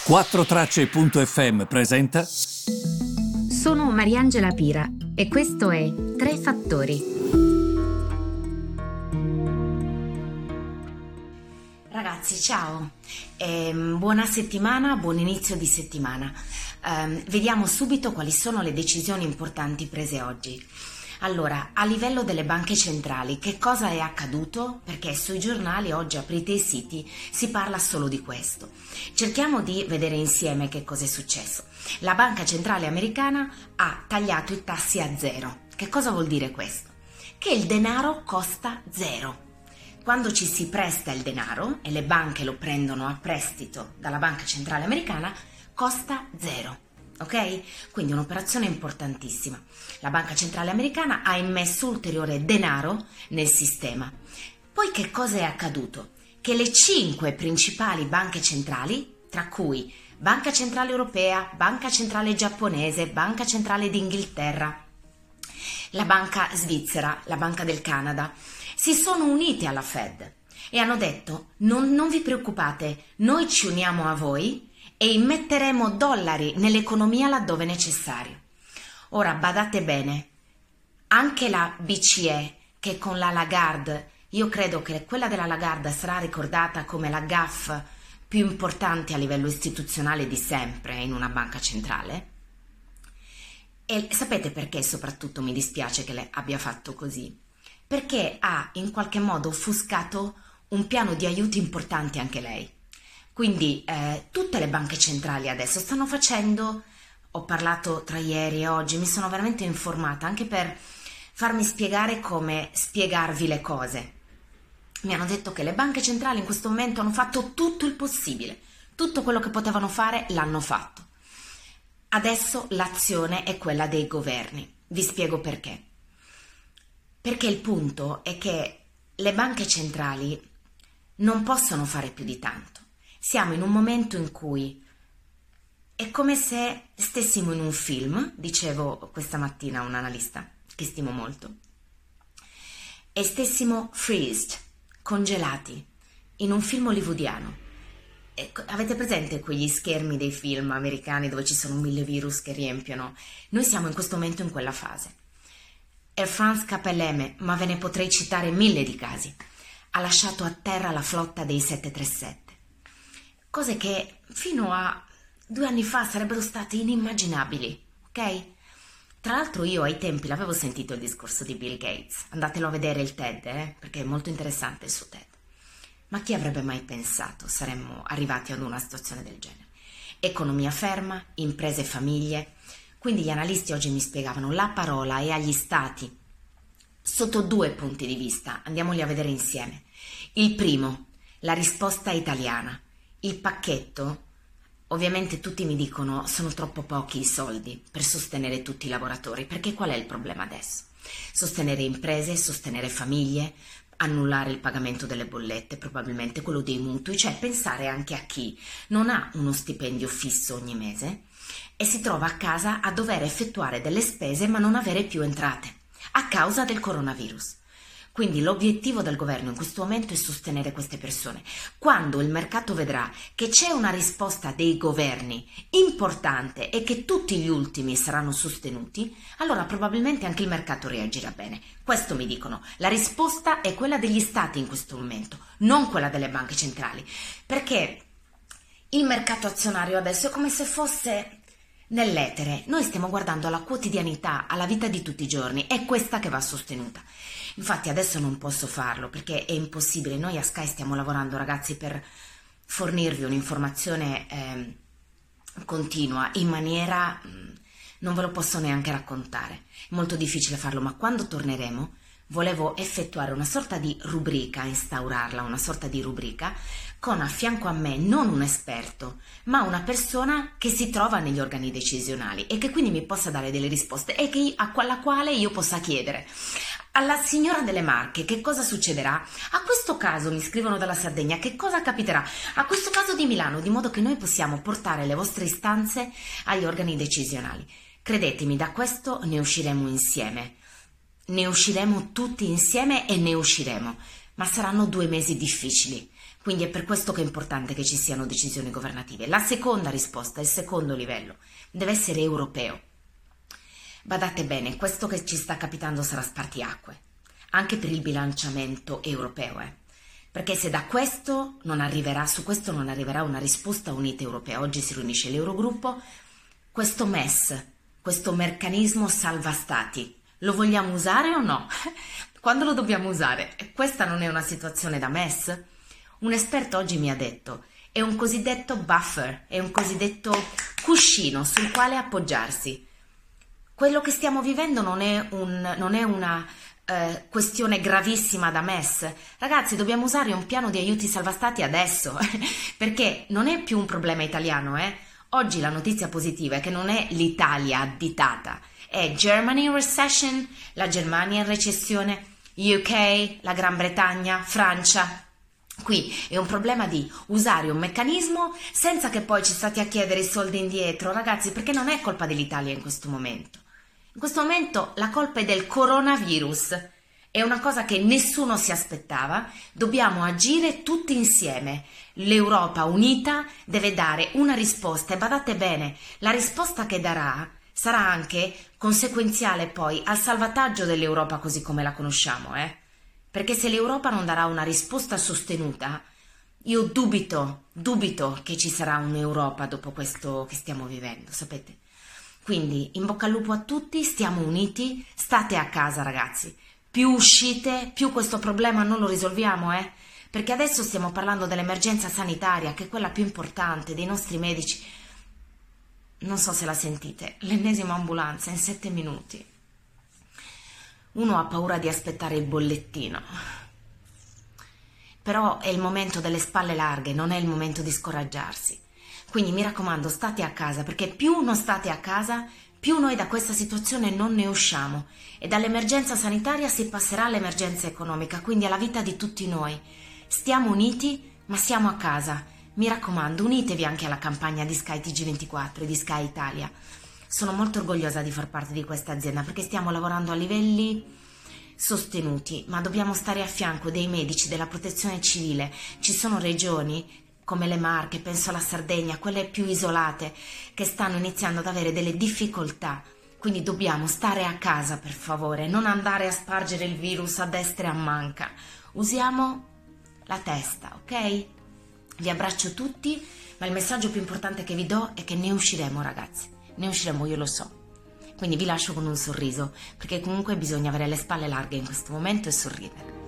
4Tracce.fm presenta. Sono Mariangela Pira e questo è Tre Fattori. Ragazzi, ciao, buona settimana, buon inizio di settimana. Vediamo subito quali sono le decisioni importanti prese oggi. Allora, a livello delle banche centrali, che cosa è accaduto? Perché sui giornali oggi, aprite i siti, si parla solo di questo. Cerchiamo di vedere insieme che cosa è successo. La Banca Centrale Americana ha tagliato i tassi a zero. Che cosa vuol dire questo? Che il denaro costa zero. Quando ci si presta il denaro e le banche lo prendono a prestito dalla Banca Centrale Americana, costa zero. Ok? Quindi un'operazione importantissima. La Banca Centrale Americana ha immesso ulteriore denaro nel sistema. Poi che cosa è accaduto? Che le 5 principali banche centrali, tra cui Banca Centrale Europea, Banca Centrale Giapponese, Banca Centrale d'Inghilterra, la Banca Svizzera, la Banca del Canada, si sono unite alla Fed e hanno detto non vi preoccupate, noi ci uniamo a voi e immetteremo dollari nell'economia laddove necessario. Ora badate bene, anche la BCE, che con la Lagarde, io credo che quella della Lagarde sarà ricordata come la gaffe più importante a livello istituzionale di sempre in una banca centrale. E sapete perché soprattutto mi dispiace che lei abbia fatto così? Perché ha in qualche modo offuscato un piano di aiuti importanti anche lei. Quindi tutte le banche centrali adesso stanno facendo, ho parlato tra ieri e oggi, mi sono veramente informata anche per farmi spiegare come spiegarvi le cose. Mi hanno detto che le banche centrali in questo momento hanno fatto tutto il possibile, tutto quello che potevano fare l'hanno fatto. Adesso l'azione è quella dei governi, vi spiego perché. Perché il punto è che le banche centrali non possono fare più di tanto. Siamo in un momento in cui è come se stessimo in un film, dicevo questa mattina a un analista che stimo molto, e stessimo freezed, congelati, in un film hollywoodiano. Avete presente quegli schermi dei film americani dove ci sono 1000 virus che riempiono? Noi siamo in questo momento in quella fase. Air France KLM, ma ve ne potrei citare 1000 di casi, ha lasciato a terra la flotta dei 737. Cose che fino a 2 anni fa sarebbero state inimmaginabili, ok? Tra l'altro io ai tempi l'avevo sentito il discorso di Bill Gates, andatelo a vedere il TED, perché è molto interessante il suo TED. Ma chi avrebbe mai pensato saremmo arrivati ad una situazione del genere? Economia ferma, imprese e famiglie. Quindi gli analisti oggi mi spiegavano la parola e agli stati sotto 2 punti di vista, andiamoli a vedere insieme. Il primo, la risposta italiana. Il pacchetto, ovviamente tutti mi dicono sono troppo pochi i soldi per sostenere tutti i lavoratori, perché qual è il problema adesso? Sostenere imprese, sostenere famiglie, annullare il pagamento delle bollette, probabilmente quello dei mutui, cioè pensare anche a chi non ha uno stipendio fisso ogni mese e si trova a casa a dover effettuare delle spese ma non avere più entrate a causa del coronavirus. Quindi l'obiettivo del governo in questo momento è sostenere queste persone. Quando il mercato vedrà che c'è una risposta dei governi importante e che tutti gli ultimi saranno sostenuti, allora probabilmente anche il mercato reagirà bene. Questo mi dicono. La risposta è quella degli stati in questo momento, non quella delle banche centrali. Perché il mercato azionario adesso è come se fosse nell'etere. Noi stiamo guardando alla quotidianità, alla vita di tutti i giorni, è questa che va sostenuta. Infatti adesso non posso farlo perché è impossibile. Noi a Sky stiamo lavorando, ragazzi, per fornirvi un'informazione continua in maniera non ve lo posso neanche raccontare. È molto difficile farlo, ma quando torneremo volevo effettuare una sorta di rubrica, instaurarla, una sorta di rubrica con a fianco a me non un esperto, ma una persona che si trova negli organi decisionali e che quindi mi possa dare delle risposte e che alla quale io possa chiedere alla signora delle Marche che cosa succederà, a questo caso mi scrivono dalla Sardegna che cosa capiterà, a questo caso di Milano, di modo che noi possiamo portare le vostre istanze agli organi decisionali. Credetemi, da questo ne usciremo insieme. Ne usciremo tutti insieme e ne usciremo, ma saranno 2 mesi difficili. Quindi è per questo che è importante che ci siano decisioni governative. La seconda risposta, il secondo livello, deve essere europeo. Badate bene, questo che ci sta capitando sarà spartiacque, anche per il bilanciamento europeo, perché se da questo non arriverà, su questo non arriverà una risposta unita europea, oggi si riunisce l'Eurogruppo, questo MES, questo meccanismo salva stati, lo vogliamo usare o no? Quando lo dobbiamo usare? Questa non è una situazione da MES? Un esperto oggi mi ha detto, è un cosiddetto buffer, è un cosiddetto cuscino sul quale appoggiarsi. Quello che stiamo vivendo non è una questione gravissima da MES. Ragazzi, dobbiamo usare un piano di aiuti salvastati adesso, perché non è più un problema italiano, Oggi la notizia positiva è che non è l'Italia additata, è Germany in recession, la Germania in recessione, UK, la Gran Bretagna, Francia. Qui è un problema di usare un meccanismo senza che poi ci state a chiedere i soldi indietro, ragazzi, perché non è colpa dell'Italia in questo momento. In questo momento la colpa è del coronavirus, è una cosa che nessuno si aspettava, dobbiamo agire tutti insieme. L'Europa unita deve dare una risposta e badate bene, la risposta che darà sarà anche conseguenziale poi al salvataggio dell'Europa così come la conosciamo, Perché se l'Europa non darà una risposta sostenuta, io dubito che ci sarà un'Europa dopo questo che stiamo vivendo, sapete? Quindi in bocca al lupo a tutti, stiamo uniti, state a casa ragazzi, più uscite, più questo problema non lo risolviamo, Perché adesso stiamo parlando dell'emergenza sanitaria, che è quella più importante, dei nostri medici. Non so se la sentite, l'ennesima ambulanza in 7 minuti. Uno ha paura di aspettare il bollettino. Però è il momento delle spalle larghe, non è il momento di scoraggiarsi. Quindi mi raccomando, state a casa, perché più non state a casa, più noi da questa situazione non ne usciamo e dall'emergenza sanitaria si passerà all'emergenza economica, quindi alla vita di tutti noi. Stiamo uniti, ma siamo a casa. Mi raccomando, unitevi anche alla campagna di Sky TG24 e di Sky Italia. Sono molto orgogliosa di far parte di questa azienda perché stiamo lavorando a livelli sostenuti, ma dobbiamo stare a fianco dei medici, della protezione civile. Ci sono regioni come le Marche, penso alla Sardegna, quelle più isolate, che stanno iniziando ad avere delle difficoltà. Quindi dobbiamo stare a casa, per favore, non andare a spargere il virus a destra e a manca. Usiamo la testa, ok? Vi abbraccio tutti, ma il messaggio più importante che vi do è che ne usciremo, ragazzi. Ne usciremo, io lo so. Quindi vi lascio con un sorriso, perché comunque bisogna avere le spalle larghe in questo momento e sorridere.